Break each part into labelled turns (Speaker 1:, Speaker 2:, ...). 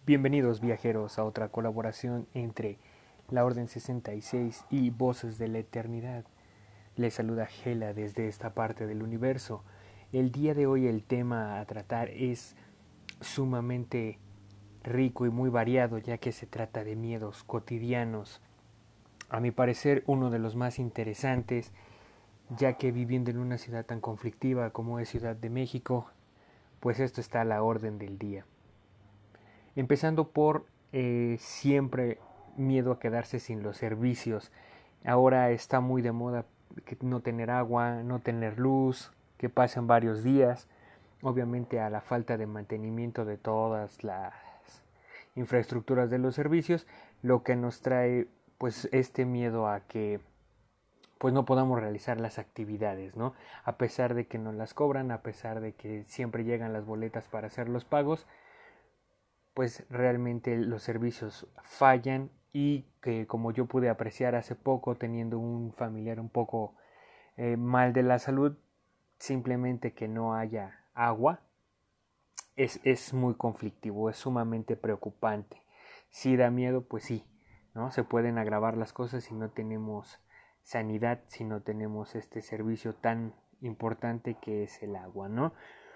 Speaker 1: Bienvenidos viajeros a otra colaboración entre la Orden 66 y Voces de la Eternidad. Les saluda Gela desde esta parte del universo. El día de hoy el tema a tratar es sumamente rico y muy variado, ya que se trata de miedos cotidianos. A mi parecer uno de los más interesantes, ya que viviendo en una ciudad tan conflictiva como es Ciudad de México, pues esto está a la orden del día. Empezando por siempre miedo a quedarse sin los servicios. Ahora está muy de moda no tener agua, no tener luz, que pasen varios días. Obviamente a la falta de mantenimiento de todas las infraestructuras de los servicios, lo que nos trae pues este miedo a que pues no podamos realizar las actividades, ¿no? A pesar de que nos las cobran, a pesar de que siempre llegan las boletas para hacer los pagos, pues realmente los servicios fallan y que como yo pude apreciar hace poco teniendo un familiar un poco mal de la salud, simplemente que no haya agua es muy conflictivo, es sumamente preocupante. Si da miedo, pues sí, ¿no? Se pueden agravar las cosas si no tenemos sanidad, si no tenemos este servicio tan importante que es el agua, ¿no?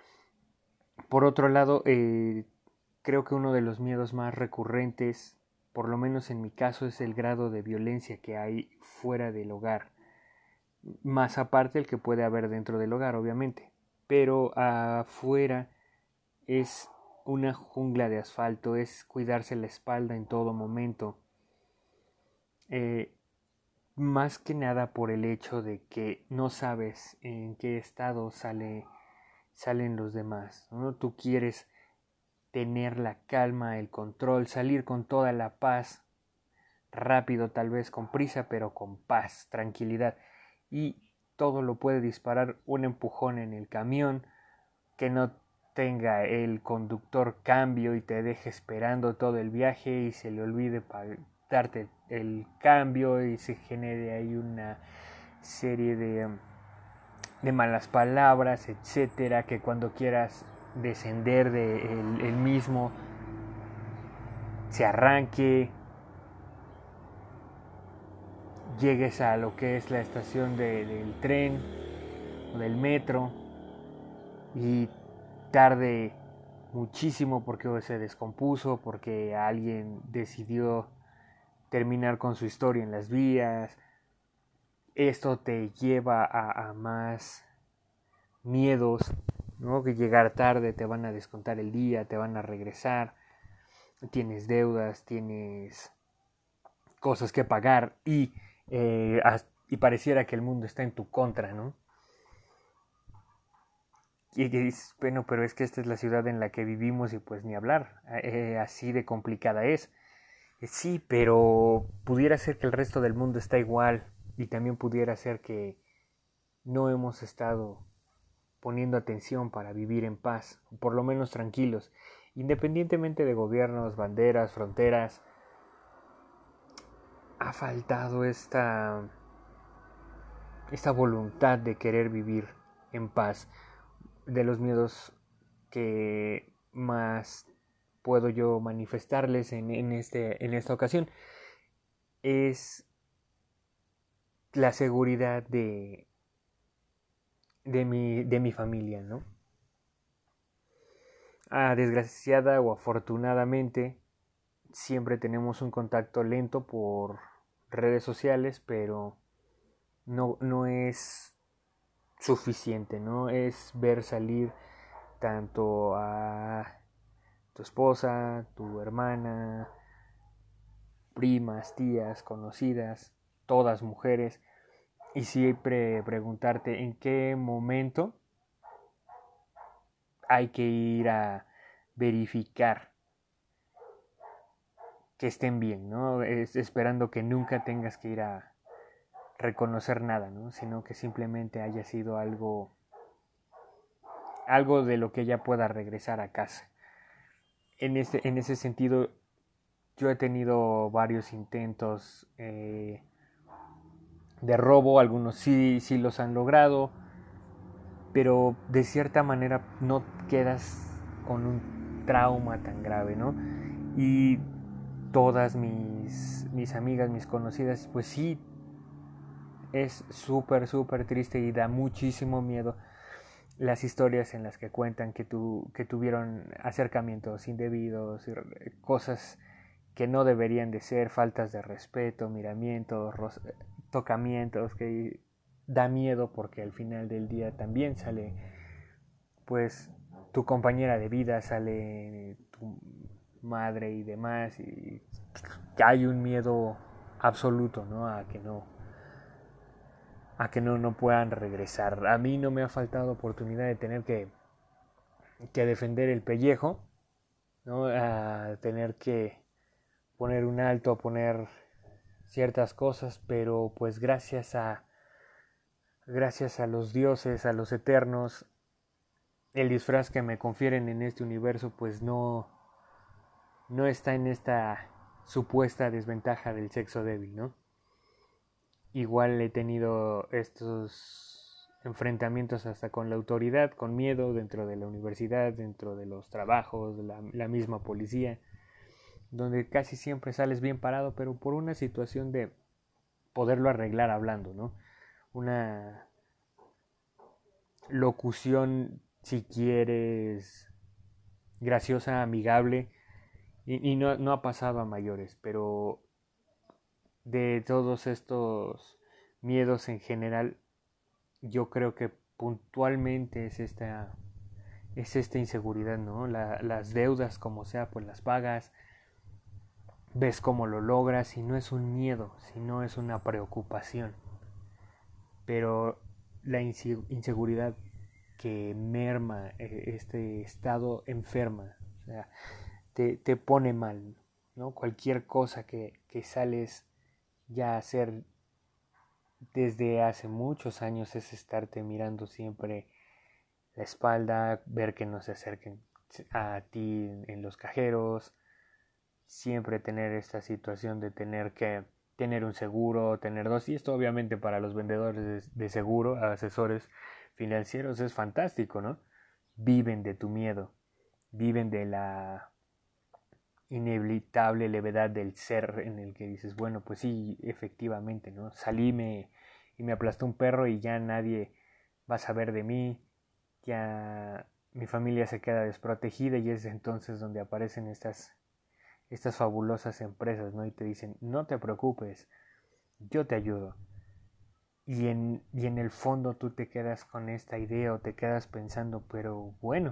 Speaker 1: Por otro lado, creo que uno de los miedos más recurrentes, por lo menos en mi caso, es el grado de violencia que hay fuera del hogar. Más aparte el que puede haber dentro del hogar, obviamente. Pero afuera es una jungla de asfalto, es cuidarse la espalda en todo momento. Eh, Más que nada por el hecho de que no sabes en qué estado salen los demás, ¿no? Tú quieres tener la calma, el control, salir con toda la paz, rápido tal vez con prisa, pero con paz, tranquilidad. Y todo lo puede disparar un empujón en el camión, que no tenga el conductor cambio y te deje esperando todo el viaje y se le olvide darte el cambio y se genere ahí una serie de malas palabras, etcétera, que cuando quieras descender de el mismo se arranque, llegues a lo que es la estación del tren o del metro y tarde muchísimo porque se descompuso, porque alguien decidió terminar con su historia en las vías. Esto te lleva a más miedos, ¿no? Que llegar tarde, te van a descontar el día, te van a regresar, tienes deudas, tienes cosas que pagar y pareciera que el mundo está en tu contra, ¿no? Y que dices, bueno, pero es que esta es la ciudad en la que vivimos y pues ni hablar, así de complicada es. Sí, pero pudiera ser que el resto del mundo está igual y también pudiera ser que no hemos estado poniendo atención para vivir en paz, por lo menos tranquilos, independientemente de gobiernos, banderas, fronteras. Ha faltado esta voluntad de querer vivir en paz. De los miedos que más puedo yo manifestarles en esta ocasión es la seguridad de mi familia, ¿no? Desgraciada o afortunadamente siempre tenemos un contacto lento por redes sociales, pero no es suficiente, no es ver salir tanto a tu esposa, tu hermana, primas, tías, conocidas, todas mujeres, y siempre preguntarte en qué momento hay que ir a verificar que estén bien, ¿no? Esperando que nunca tengas que ir a reconocer nada, ¿no? Sino que simplemente haya sido algo de lo que ella pueda regresar a casa. En ese sentido, yo he tenido varios intentos de robo, algunos sí los han logrado, pero de cierta manera no quedas con un trauma tan grave, ¿no? Y todas mis amigas, mis conocidas, pues sí, es súper triste y da muchísimo miedo las historias en las que cuentan que tuvieron acercamientos indebidos, cosas que no deberían de ser, faltas de respeto, miramientos, tocamientos, que da miedo porque al final del día también sale pues tu compañera de vida, sale tu madre y demás, y hay un miedo absoluto, ¿no? A que no puedan regresar. A mí no me ha faltado oportunidad de tener que defender el pellejo, ¿no? A tener que poner un alto, poner ciertas cosas, pero pues gracias a los dioses, a los eternos, el disfraz que me confieren en este universo pues no está en esta supuesta desventaja del sexo débil, ¿no? Igual he tenido estos enfrentamientos hasta con la autoridad, con miedo dentro de la universidad, dentro de los trabajos, la misma policía, donde casi siempre sales bien parado, pero por una situación de poderlo arreglar hablando, ¿no? Una locución, si quieres, graciosa, amigable, y no ha pasado a mayores, pero de todos estos miedos en general, yo creo que puntualmente es esta inseguridad, ¿no? Las deudas, como sea, pues las pagas, ves cómo lo logras, y no es un miedo, sino es una preocupación. Pero la inseguridad que merma este estado enferma, o sea, te pone mal, ¿no? Cualquier cosa que sales ya a hacer desde hace muchos años es estarte mirando siempre la espalda, ver que no se acerquen a ti en los cajeros, siempre tener esta situación de tener que tener un seguro, tener dos, y esto obviamente para los vendedores de seguro, asesores financieros, es fantástico, ¿no? Viven de tu miedo, viven de la inevitable levedad del ser, en el que dices, bueno, pues sí, efectivamente, ¿no? Y me aplastó un perro y ya nadie va a saber de mí, ya mi familia se queda desprotegida, y es entonces donde aparecen estas fabulosas empresas, ¿no? Y te dicen, no te preocupes, yo te ayudo. Y en el fondo tú te quedas con esta idea, o te quedas pensando, pero bueno,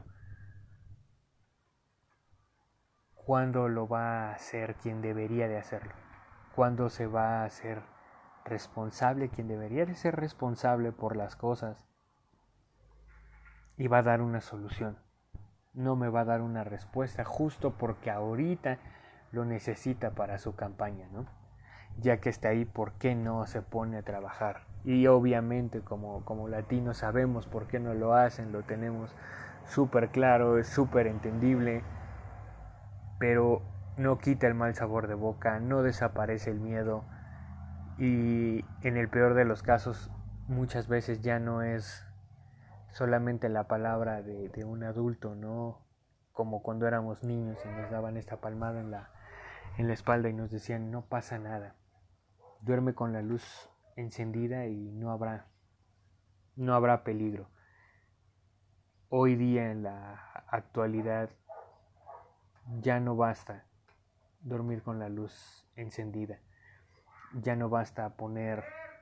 Speaker 1: ¿cuándo lo va a hacer quien debería de hacerlo? ¿Cuándo se va a hacer responsable quien debería de ser responsable por las cosas? Y va a dar una solución. No me va a dar una respuesta justo porque ahorita lo necesita para su campaña, ¿no? Ya que está ahí, ¿por qué no se pone a trabajar? Y obviamente como latinos sabemos por qué no lo hacen, lo tenemos súper claro, es súper entendible, pero no quita el mal sabor de boca, no desaparece el miedo, y en el peor de los casos muchas veces ya no es solamente la palabra de un adulto, ¿no? Como cuando éramos niños y nos daban esta palmada en la espalda y nos decían, no pasa nada, duerme con la luz encendida y no habrá peligro. Hoy día, en la actualidad, ya no basta dormir con la luz encendida, ya no basta poner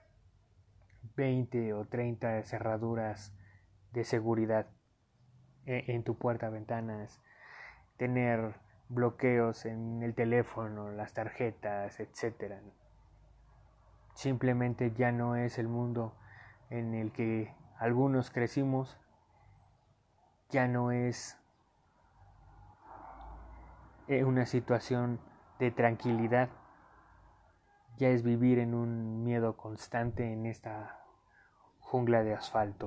Speaker 1: 20 o 30 cerraduras de seguridad en tu puerta, ventanas, tener bloqueos en el teléfono, las tarjetas, etcétera. Simplemente ya no es el mundo en el que algunos crecimos, ya no es una situación de tranquilidad, ya es vivir en un miedo constante en esta jungla de asfalto.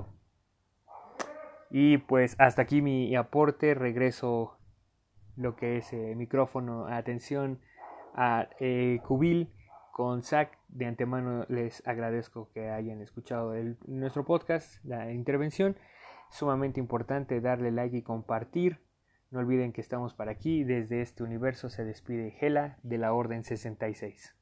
Speaker 1: Y pues hasta aquí mi aporte, regreso lo que es micrófono, atención a Cubil con Zach. De antemano les agradezco que hayan escuchado nuestro podcast, la intervención. Sumamente importante darle like y compartir. No olviden que estamos para aquí. Desde este universo se despide Hela de la Orden 66.